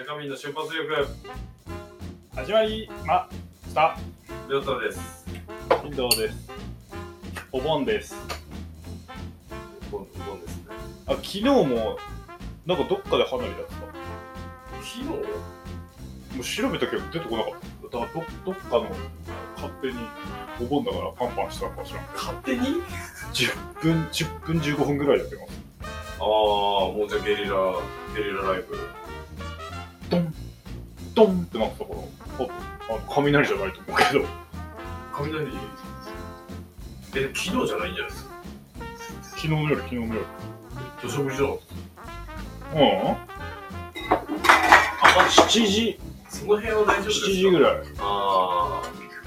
中身の瞬発力。 始まりました。 りょうたです。 金堂です。お盆です。 お盆ですね。 あ、昨日もなんかどっかで花火やってた。 昨日？ もう調べたけど出てこなかった。だからどっかの勝手にお盆だからパンパンしたのかしらんけど。 勝手に 10分15分ぐらいやってます。 ああ、もうじゃあゲリラライブ。 ドンってなったから、雷じゃないと思うけど。 雷？昨日じゃないんじゃないですか。 昨日の夜。 土砂降りじゃなかった？7時。その辺は大丈夫ですか？ 7時ぐらい。 ああ。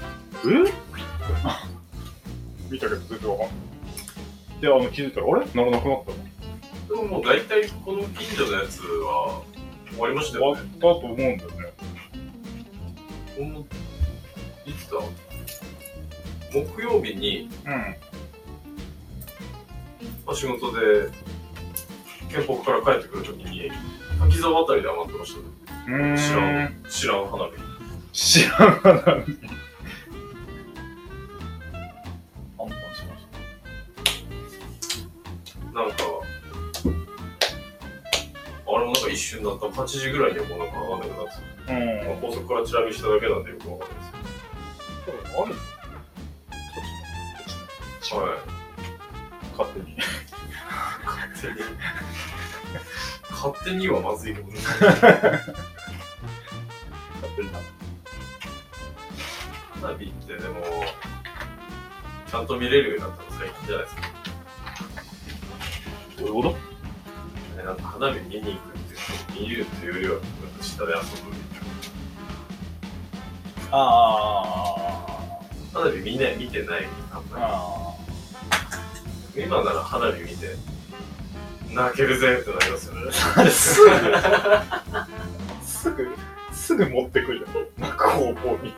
見たけど全然わかんない。で、気づいたら、あれならなくなったの？ でももう大体この近所のやつは終わりましたよね。 終わったと思うんだよね。 いつだ？木曜日に、仕事で県北から帰ってくるときに滝沢あたりで余ってましたね。知らん花火。 知らん花火。パンパンしました。 なんかあれもなんか一瞬だった。8時ぐらいにはもうなんか上がんなくなってた。高速からチラ見しただけなんでよくわかんないですけど。 あれ？ はい。 勝手に勝手にはまずいけどね。 勝手にな。 花火ってでもちゃんと見れるようになったの最近じゃないですか。 どういうこと？ なんか花火見に行くって見るっていうよりは下で遊ぶみたいな。花火見てないみたいな。今なら花火見て泣けるぜってなりますよね。 すぐ持ってくるじゃん。なんか工房に。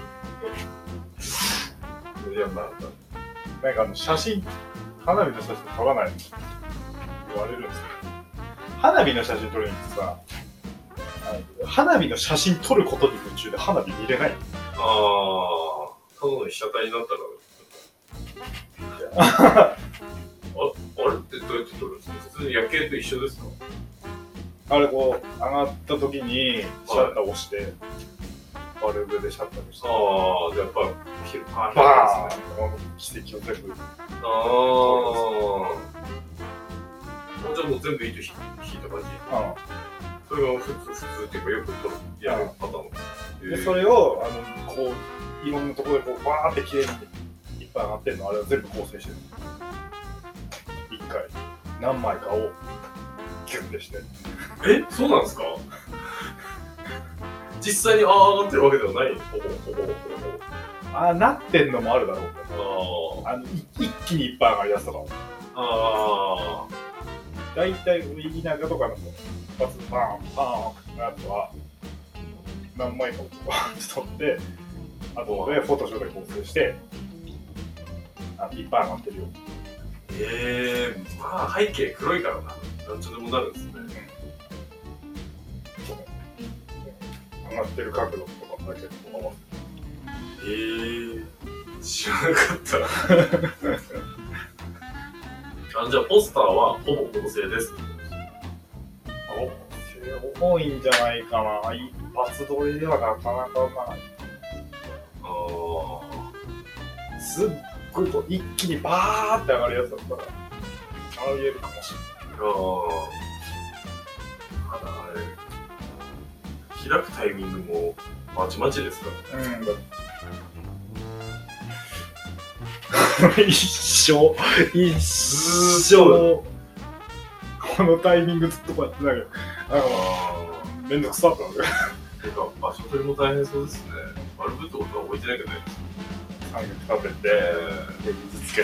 いやまあなんか写真、花火の写真撮らないの言われるんですけど、花火の写真撮るにってさ、花火の写真撮ることに夢中で花火見れない。 ただの被写体になったらあれってどうやって撮るんですか？普通に夜景と一緒ですか？ あれこう上がった時にシャッター押して、バルブでシャッター押して、 じゃあやっぱバーン奇跡を全部。 じゃあもう全部糸引いた感じ。それが普通っていうかよくやるパターンで、それをこういろんなところでこうバーって綺麗にいっぱい上がってるの、あれは全部構成してる。一回何枚かをギュッてして。 そうなんですか？実際に上がってるわけではない。 なってんのもあるだろうけど、一気にいっぱい上がりだすとか。だいたい右長とかの一発パーンのやつは何枚かを撮って、あとでフォトショーで構成していっぱい上がってるよ。 まあ背景黒いからな、なんちょでもなるんですね。 上がってる角度とかだけ合わせて。 知らなかった。じゃあポスターはほぼ合成です。 多いんじゃないかな。一発撮りではなかなか浮かない。すっごいこう一気にバーって上がるやつだったらありえるかもしれない。 ただあれ開くタイミングもまちまちですからね。 一生このタイミングずっとこうやってたけど、めんどくさってなる。 てか場所取りも大変そうですね。バルブってことは置いてないけどね。 三角立てて、水つけて、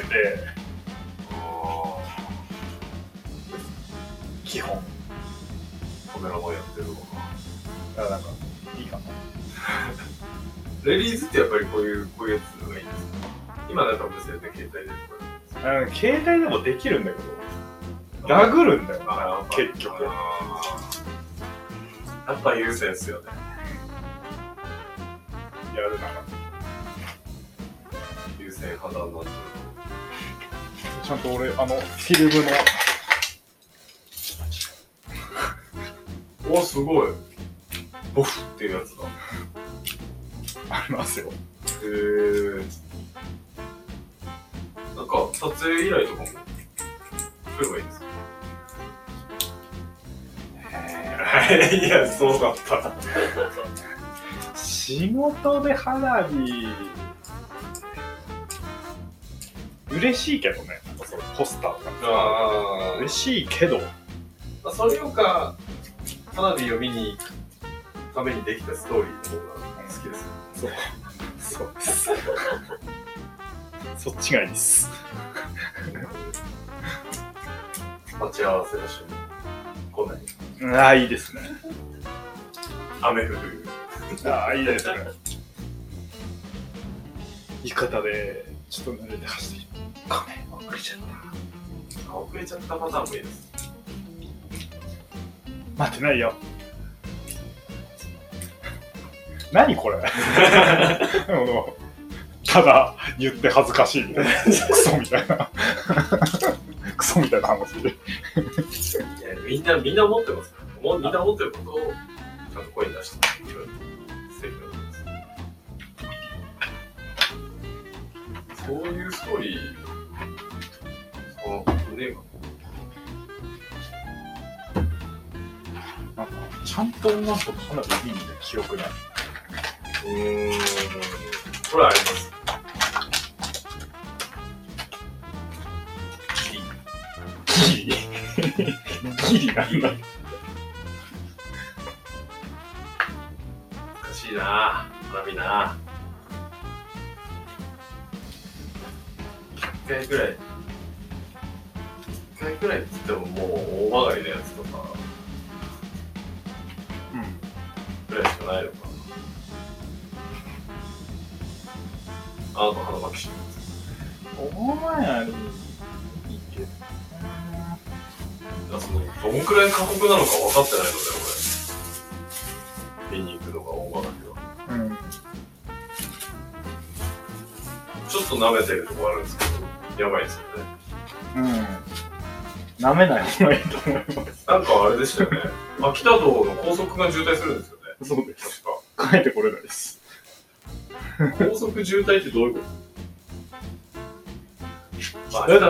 基本カメラマンやってるのかな。だからなんかいいかな。 レディーズってやっぱりこういうやつがいいんですか？今なんか無線で携帯で携帯でもできるんだけど、ラグるんだよな、結局。 やっぱ優先っすよね。 やるなら優先派だなと。 ちゃんと俺フィルムのお、すごい。ボフっていうやつだ。 ありますよ。 なんか撮影依頼とかもすればいいんですか？いや、そうだった。 仕事で花火嬉しいけどね、なんかそのポスターが嬉しいけど、 それよか花火を見に行くためにできたストーリーの方が好きです。 そうです。そっちがいいです。 待ち合わせの瞬間来ない。 ああ、いいですね。 雨降る。 ああ、いいですね。浴衣でちょっと濡れて走ってごめん、遅れちゃった。 遅れちゃったパターンもいいです。 待ってないよ。何これただ言って恥ずかしいみたいなクソみたいなクソみたいな話でみんな持ってます。みんな持ってることをちゃんと声に出して素敵なことです。そういうストーリーねえかな。なんかちゃんと女の子と花火見に行った記憶ない。 これあります。 ギリなんだ。 難しいな花火な。1回くらいって言ってももう大曲がりのやつとかくらいしかないのかな。あと花巻市大前にいいけど、 どんくらい過酷なのか分かってないので俺見に行くのが大曲がりは、ちょっと舐めてるとこあるんですけどやばいですよね。 舐めない方がいいと思います。 なんかあれでしたよね。秋田道の高速が渋滞するんですよね。 そうです。 確か帰ってこれないです。 高速渋滞ってどういうこと？ だから、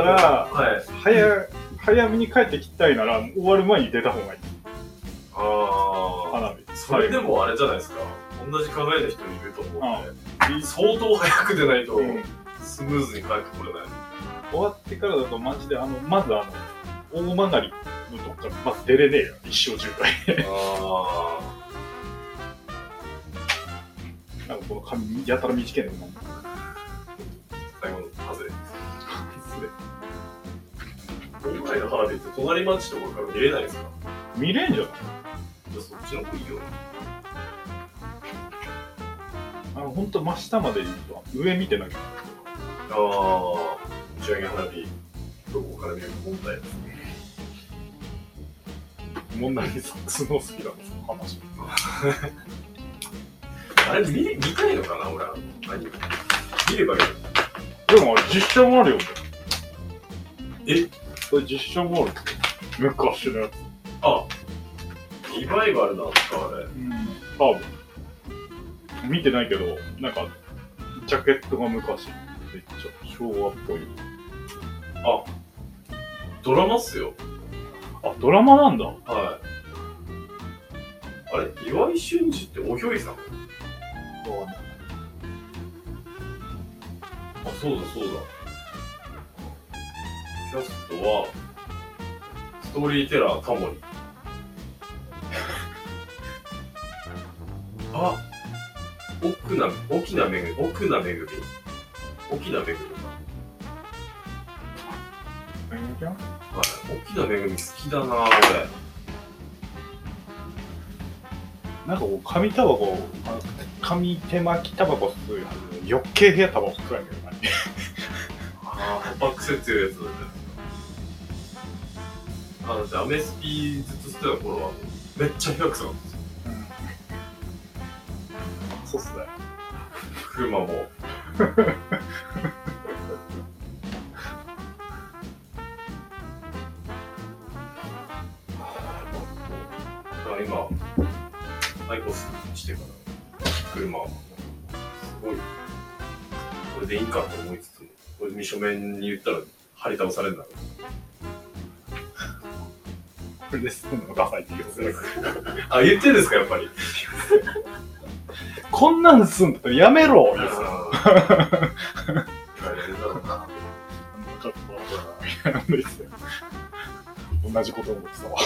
早めに帰ってきたいなら終わる前に出た方がいい。花火。 それでもあれじゃないですか。同じ考えの人いると思うんで、相当早く出ないとスムーズに帰ってこれない。 終わってからだとマジでまず大曲がりのとこからまず出れねえよ、一生渋滞。なんかこの髪やたら短いのも最後の外れ。今回の花火って隣町とかから見れないですか？ 見れんじゃない？ じゃあそっちの方がいいよ。 ほんと真下まで行くと上見てなきゃ。 打ち上げ花火どこから見るか問題ですね。 問題にスノー好きなんですよ、話。 あれ見たいのかな俺見ればいい。 でもあれ実写もあるよね。 それ実写もある。昔のやつ。 リバイバルなんですかあれ。 多分。見てないけど、なんかジャケットが昔めっちゃ昭和っぽい。 ドラマっすよ。 ドラマなんだ。 はい。あれ岩井俊二っておひょいさん？そうだ。キャストはストーリーテラータモリ。沖縄めぐみか。沖縄めぐみ好きだな俺。 なんかこう紙タバコ、紙手巻きタバコ吸うやつ、余計部屋タバコ吸わんけど何？ バックセっていうやつだね。だってアメスピずっと吸ってた頃はめっちゃ部屋臭かったんですよ。 車も。今、アイコスしてから車はすごいこれでいいかと思いつつも、これ書面に言ったら張り倒されるんだろう。 これですんのダサいって言うやつ。 あ、言ってんですかやっぱり。 こんなんすんだったらやめろ。 大変だろうな。 ちょっとなんですよ。同じこと思ってたわ。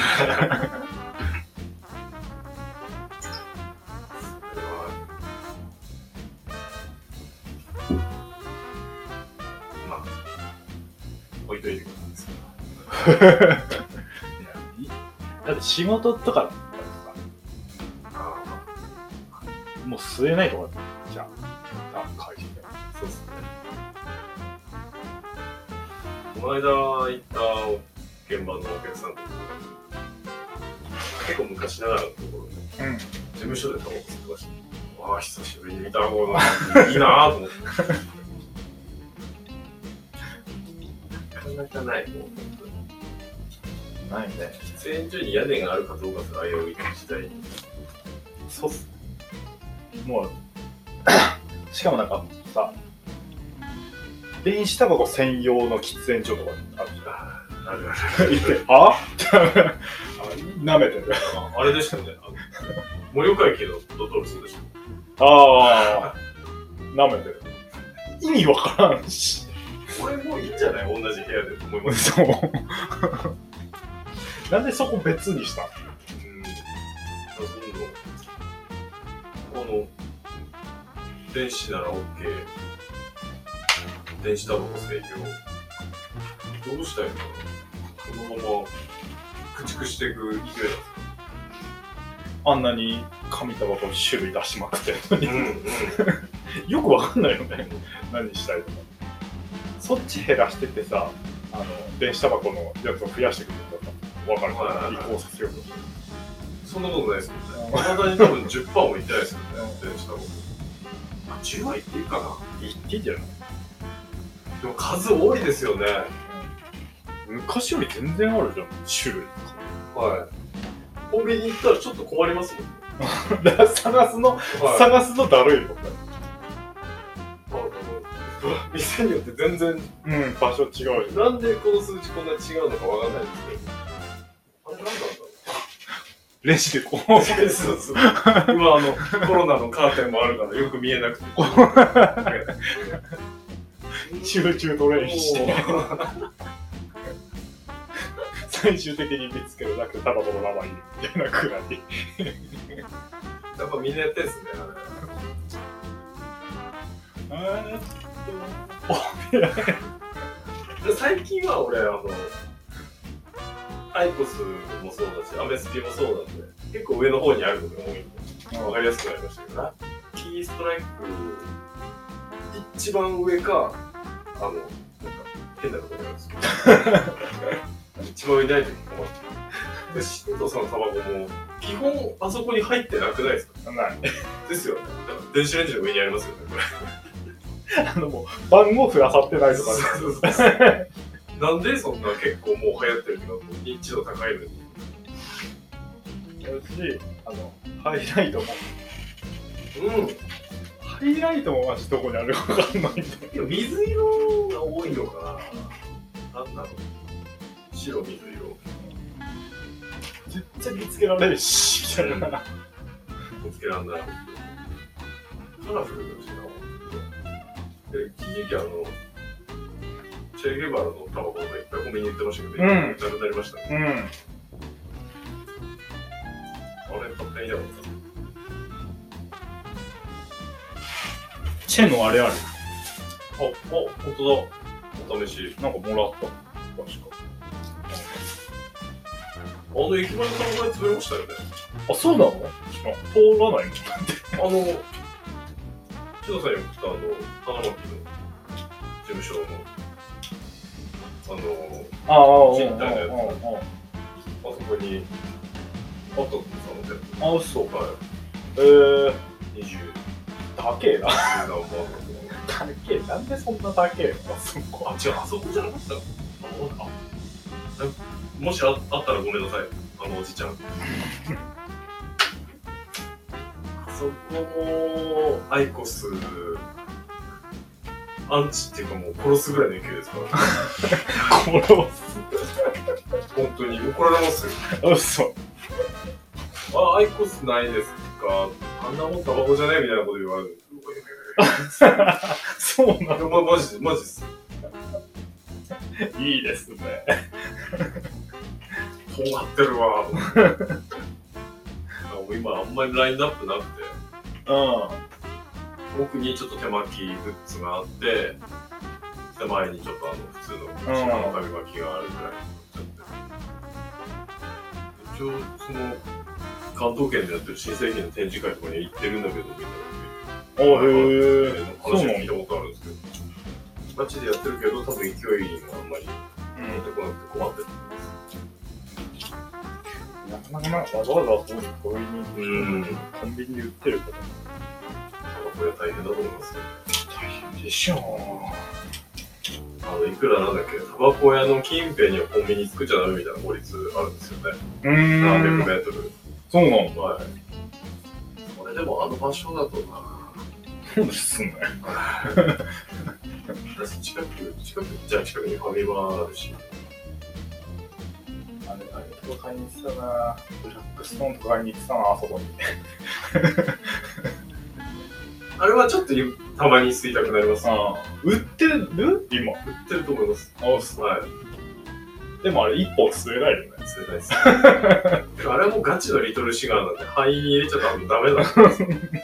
まあ置いといてください。 だって仕事とかだったらさ、もう吸えないとかじゃん。会社で。 そうっすね。この間行った現場のお客さんとか結構昔ながらのところで、事務所でタバコ吸ってました。わあ、久しぶりに見たこのいいなぁと思って。なかなかない、もう本当に。 ないね。 喫煙所に屋根があるかどうかと危うい時代に。 そうっす。もう、しかもなんかさ、電子タバコ専用の喫煙所とかあるじゃん。 あるある。 行って、あ舐めてる。 あれでしたね。盛岡駅のドトールそうでした。 ああ、舐めてる。意味わからんし。 これもういいんじゃない同じ部屋でと思います。 そう。なんでそこ別にしたの？ この電子なら OK、電子タバコ制御、どうしたいのかな。このまま駆逐していく勢いなんですか。 あんなに紙タバコ種類出しまくってるのに、 うんよくわかんないよね。何したいとか。そっち減らしてってさ、電子タバコのやつを増やしてくるんだったらわかるから移行させようとしてる。 そんなことないですもんね。まだに多分 10% もいってないですよね、電子タバコ。10はいっていいかな。 いっていいんじゃない？ でも数多いですよね。 昔より全然あるじゃん、種類。 はい。コンビニ行ったらちょっと困りますもんね。 だから探すのだるいもんね。 店によって全然、 場所違うよ。 なんでこの数値こんな違うのかわかんないんですけど。あれなんなんだろう。 レジでこう。 そうそう。今コロナのカーテンもあるからよく見えなくて。 集中トレインして最終的に見つけるだけでタバコの名前みたいなくらい。 やっぱみんなやってんすね、最近は俺アイコスもそうだし、アメスピもそうなんで、結構上の方にあるのが多いんで、わかりやすくなりましたけど、ラッキーストライク、一番上か、なんか変なところなんですけど、一番上にないとき困って。で、新藤さんのタバコも、基本あそこに入ってなくないですか？ ない。 ですよね。だから電子レンジの上にありますよね、これ。 もう番号増やさってないとかね。なんでそんな結構もう流行ってるけど、認知度高いのに。 し、ハイライトも。ハイライトもマジどこにあるかわかんないんだけど。 水色が多いのかな。なんだろう。白、水色。 絶対見つけられるし、みたいな。 見つけられない。カラフルだしな。一時期チェ・ゲバラのタバコがいっぱいコンビニに売ってましたけど、なくなりましたね。あれ、買ってみたかった。 チェのあれある。 ほんとだ。お試し。 なんかもらった。確か。 駅前のタバコ屋潰れましたよね。 あ、そうなの？通らないもん。 千田さんよく来た花巻の事務所の賃貸のやつ、あそこにあったんです、そのやつ。 そう。 はい。20 高えな。 10何万高え。なんでそんな高えの？あそこ。 あ、違う、あそこじゃなかったの？もしあったらごめんなさい、あのおじちゃん。あそこもアイコスアンチっていうかもう殺すぐらいの勢いですから。 殺す。 本当に怒られますよ。 嘘。 あ、アイコスないですか？あんなもんタバコじゃねえみたいなこと言われる。 そうなの？ マジです。 いいですね。 尖ってるわ。今あんまりラインナップなくて、奥にちょっと手巻きグッズがあって、手前にちょっと普通の島の紙巻きがあるぐらいになっちゃって。一応その関東圏でやってる新製品の展示会とかに行ってるんだけどみたいな。 へぇ話を聞いたことあるんですけど、ガチでやってるけど多分勢いがあんまり持ってこなくて困ってる。 なかなかわざわざこういうコンビニで売ってることこれは大変だと思いますよね。 大変でしょいくらなんだっけ、タバコ屋の近辺にはコンビニ作っちゃダメみたいな法律あるんですよね。何百メートル。 そうなんだ。 はい。これでも場所だとな。 そうですね。 私近くにファミマあるし。 あれとか買いに行ってたな。ブラックストーンとか買いに行ってたな、あそこに。 あれはちょっとたまに吸いたくなります。 売ってる？今。 売ってると思います。 はい。でもあれ一本吸えないよね。 吸えないです。あれはもうガチのリトルシガーなんで、肺に入れちゃダメなんですよ。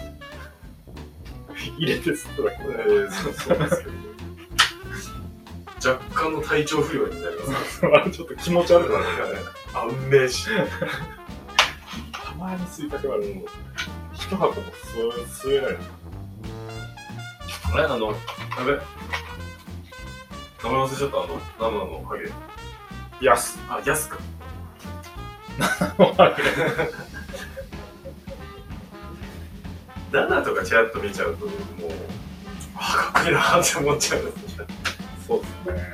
入れて吸っただけそうですけど。若干の体調不良になります。 あれちょっと気持ち悪くなるね。 安寧し。 たまに吸いたくなる。一箱も吸えない。 あれやべ。名前忘れちゃった、生のハゲ。 ヤス。 あ、ヤスか。7とかチラッと見ちゃうと、もう、かっこいいなって思っちゃうんですね。 そうですね。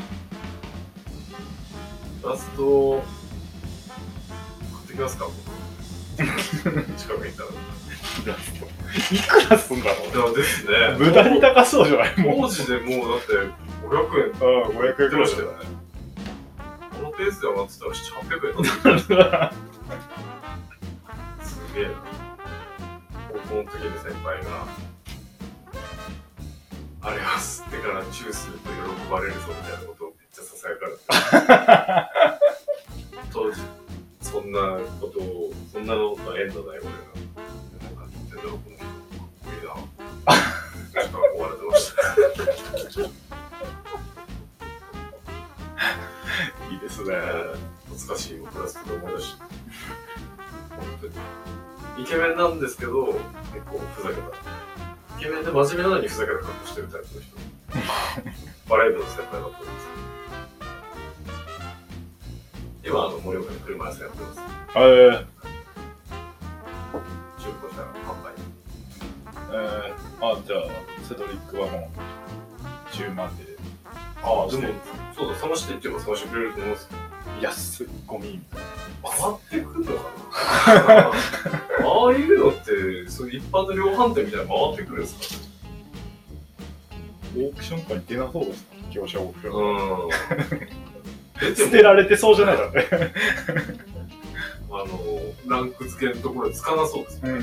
ラスト、買ってきますか？近くに行ったら。 いくらすんだろうですね。 無駄に高そうじゃない？ 当時でもうだって500円。 500円くらいしたよね。このペースで上がってたら700、800円だった。すげえな。高校の時の先輩が、あれを吸ってからチューすると喜ばれるぞみたいなことをめっちゃささやかれて。当時、そんなことは縁のない俺が、なんか言ってんだろう、この人。かっこいいな。ちょっと憧れてました。 いいですね。 懐かしいクラスと思い出して。本当に。イケメンなんですけど、結構ふざけた。イケメンで真面目なのにふざけた格好してるタイプの人。バラエティの先輩だったんです。今、盛岡で車屋さんやってます。中古車販売。 じゃあ、セドリックはもう、10万で。 でも、そうだ、探してって言えば探してくれると思います。 安いゴミみたいな。 回ってくるのかな。ああいうのって、そういう一般の量販店みたいなの回ってくるんですか？ オークションとかに出なそうですか？業者オークション。捨てられてそうじゃないだって。 ランク付けのところでつかなそうですね。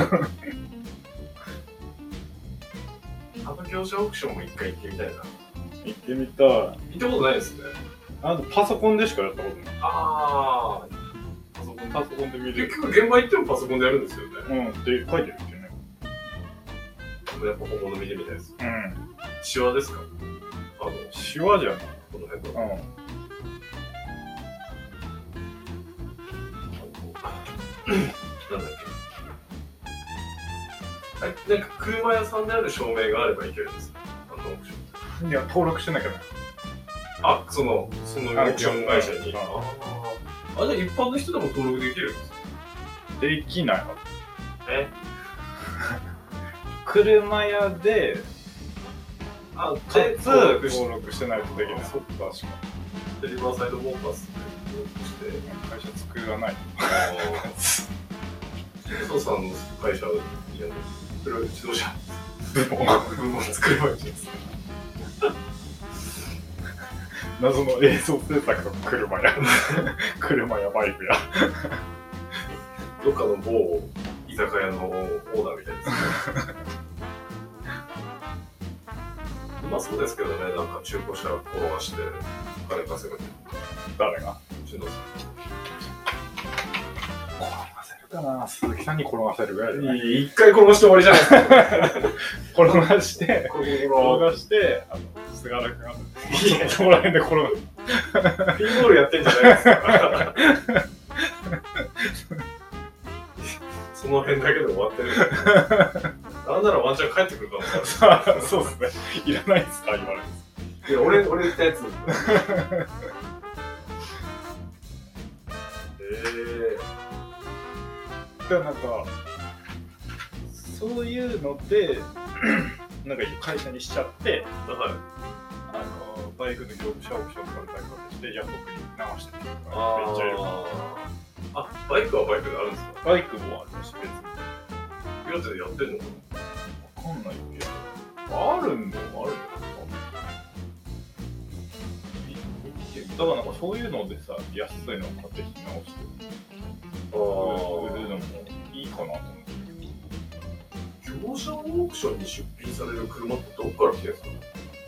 業者オークションも一回行ってみたいな。 行ってみたい。行ったことないですね。 パソコンでしかやったことない。 パソコンで見る。 結局現場行ってもパソコンでやるんですよね。 で書いてるってね。 やっぱ本物見てみたいです。シワですか？ シワじゃん。 この辺の。なんだっけ。なんか車屋さんである証明があればいけるんですか？オークション。 いや、登録してなきゃね。 そのオークション会社に。じゃあ一般の人でも登録できるんですか？ できないはず。 車屋でかつ登録してないとできない。 そっか。 確かでリバーサイドモータースで登録して。 会社作らない。 ソさんの会社にそれは自動車部門作ればいいんですか。 謎の映像制作の車やバイクやどっかの某居酒屋のオーナーみたいですね。まあそうですけどね、なんか中古車転がして金稼ぐ。 誰が？ しんどさん。 転がせるかな。鈴木さんに転がせるぐらいで、ね。 一回転がして終わりじゃないですか。 転がして菅原君がそこら辺で転がピンボールやってんじゃないですか。その辺だけで終わってる。なんならワンチャン帰ってくるかもしれない。 そうですね。いらないですか言われる。 いや、俺言ったやつ。 でもなんかそういうのでなんか会社にしちゃって、 はい、 バイクの業務者オプションから対価としてヤフオクに流してる人がめっちゃいる。 あ、バイクはバイクであるんですか？ バイクもあるし別に。 岩手でやってんのかな？わかんないけど。あるんだよ、あるんだよ。だからなんかそういうのでさ、安いのを買って引き直して売るのもいいかなと思って。 業者オークションに出品される車ってどっから来てるんですか？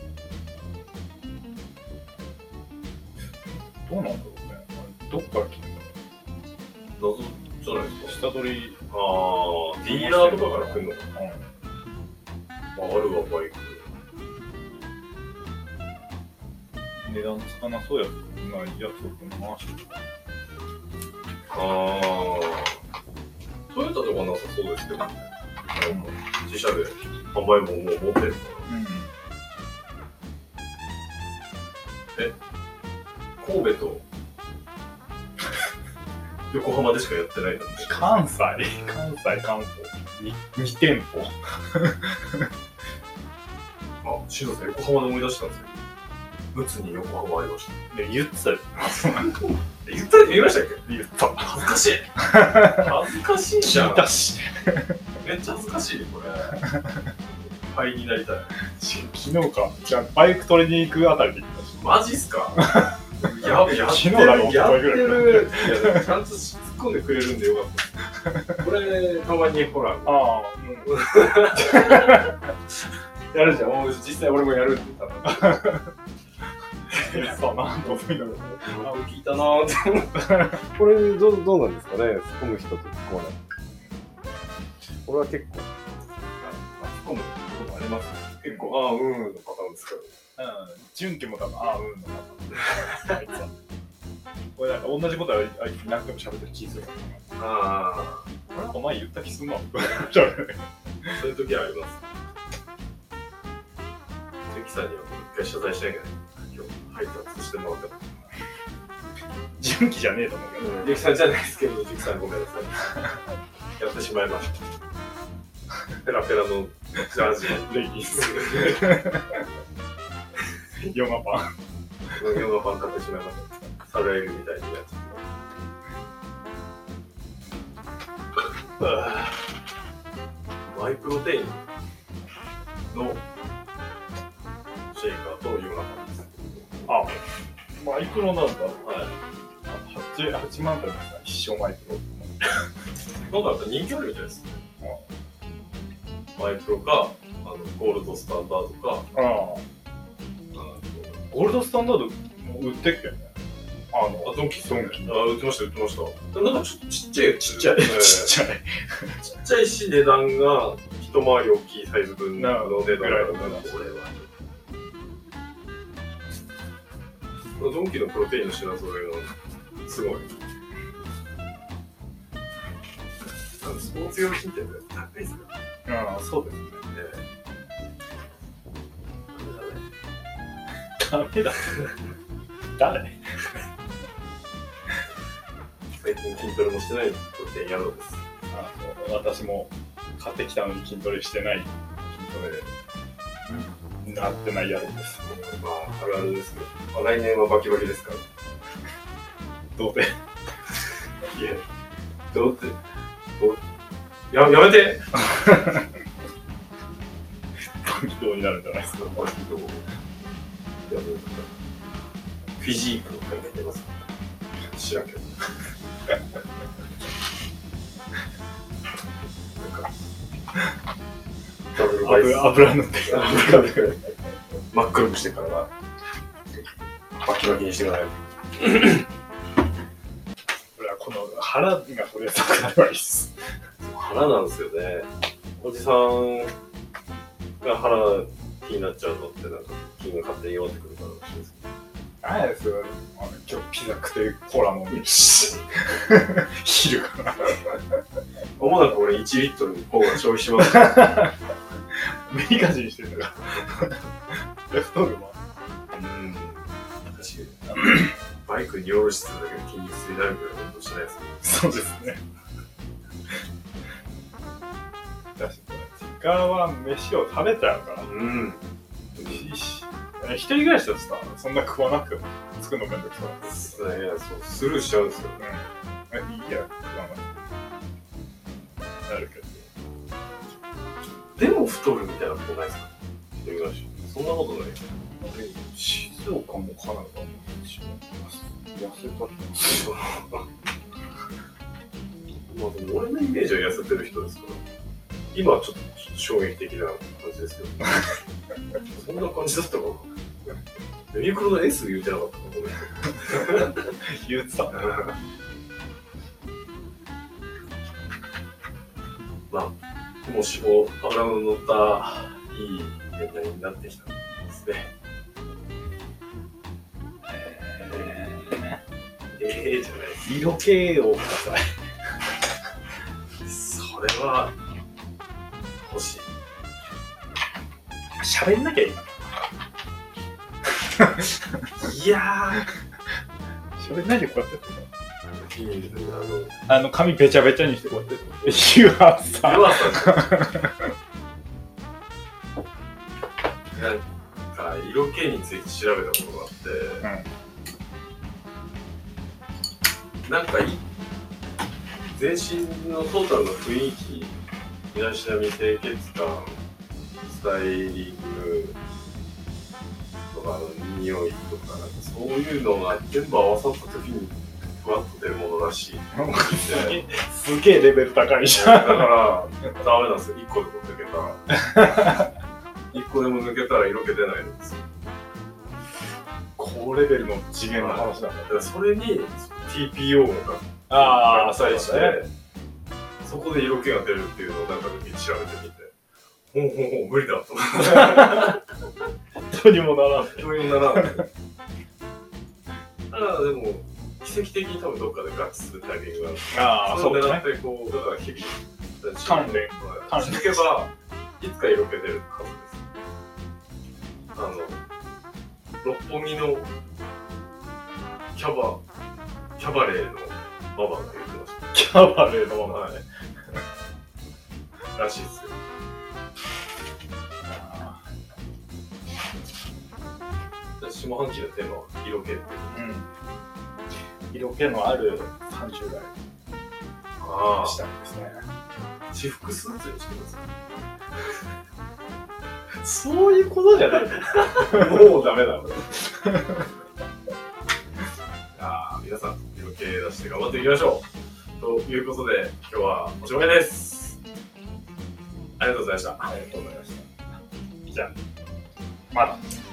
どうなんだろうね。どっから来てるの？ 謎じゃないですか。 下取り。 ディーラーとかから来るのかな。あるわ、バイク。 値段つかなそうやつなやつを回してる。 トヨタとかなさそうですけど、自社で販売ももう持ってるから。神戸と横浜でしかやってないんだって。 関西、関東2店舗。 シノさん、横浜で思い出したんですけど、ブツに横浜ありました。 言ってたよ。 言ったって言いましたっけ？ 言った。 恥ずかしい。恥ずかしいじゃん。 聞いたし。めっちゃ恥ずかしい、これ。灰になりたい。 昨日か。じゃあ、バイク取りに行くあたりで行ったし。 マジっすか？やってる。ちゃんと突っ込んでくれるんでよかった。これ、たまにほら。やるじゃん。実際俺もやるって言ったの。 そうなんと思いながら。 聞いたなーって思った。 これどうなんですかね、突っ込む人と突っ込まない。俺は結構。 突っ込むことありますね。結構、のパターンですから。 純喜も多分、のパターン。これなんか同じことはあいつ何回も喋ってる気するから。なんか前言った気するな。そういう時はあります。純喜さんには一回謝罪しなきゃいけない。配達してもらった。 純喜じゃねえと思うけど。 純喜さんじゃないですけど、純喜さんごめんなさい。やってしまいました。ペラペラのジャージ、 レギンス。ヨガパン買ってしまいました。サルエルみたいなやつ。マイプロテインのシェイカーとヨガパンです。 マイプロなんだ。はい。8万円ですか、一生マイプロ。なんか人気あるみたいですね。マイプロか、ゴールドスタンダードか。 ゴールドスタンダードも売ってっけね。 ドンキ。売ってました。なんかちっちゃい。ちっちゃいし、値段が一回り大きいサイズ分の値段があるから、これは。ドンキのプロテインの品揃えがすごい。スポーツ用品店って高いですよ。 そうですね。ダメだ。誰？ 最近筋トレもしてないプロテイン宿です。 私も買ってきたのに筋トレしてないそれなってない野郎です。 まああるあるですけど、まあ、来年はバキバキですから。 どうで？いや、 どうってやめて。 バキドウになるんじゃないですか。 バキドウ。いやもうフィジークの会が出ますから。知らんけど。ダブルバイス。 油塗って真っ黒くしてからバキバキにしてから。 この腹が取れたくなればいいっす。 腹なんですよね。おじさんが腹気になっちゃうのってなんか筋が勝手に弱ってくるかららしいですけど。 何ですよ。今日ピザ食ってコーラ飲んでるし。昼から。 まもなく俺1リットルの方が消費します。 アメリカ人してるから。太るわ。 確かに。バイクに下ろしするだけで筋肉痛になるけど運動しないですね。 そうですね。確かに。実家は飯を食べちゃうから。一人暮らしだとさ、そんな食わなくても作るのめんどくさいですね。 そうスルーしちゃうんですよ。 いいや、食わなくてなるけど。でも太るみたいなことないですか？一人暮らし。そんなことない。 静岡もかなり痩せた気がする。 まあでも俺のイメージは痩せてる人ですから、今はちょっと衝撃的な感じですけど、そんな感じだったかな。ユニクロの S 言うてなかったかな、 言ってた。 まあ、もう脂の乗ったいい年代になってきたんですね。じゃないです。 色気をください。 それは欲しい。 喋んなきゃいいな。 いやー、喋んないでこうやってや髪べちゃべちゃにしてこうやって湯浅さんなんか色気について調べたことがあって、なんか全身のトータルの雰囲気、身だしなみ、清潔感、スタイリングとか匂いとか、なんかそういうのが全部合わさった時にふわっと出るものらしい。 すげえレベル高いじゃん。 だからダメなんですよ。1個でも抜けたら1個でも抜けたら色気出ないんですよ。 高レベルの次元の話だね。 だからそれに TPO が合体して、そこで色気が出るっていうのをなんか調べてみて、ほん無理だと思ってどうにもならん。 どうにもならん。だからでも奇跡的に多分どっかで合致するタイミングがある。そう狙ってこうだから日々 鍛錬していけばいつか色気出るはずです。六本木のキャバレーのママが言ってました。 キャバレーのママ、 はい、らしいですよ。下半期のテーマは色気って、 色気のある30代したいですね。 私服スーツにしてください。 そういうことじゃない。 もうダメだ。皆さん色気出して頑張っていきましょう。ということで今日はおしまいです。ありがとうございました。 ありがとうございました。じゃあまだ。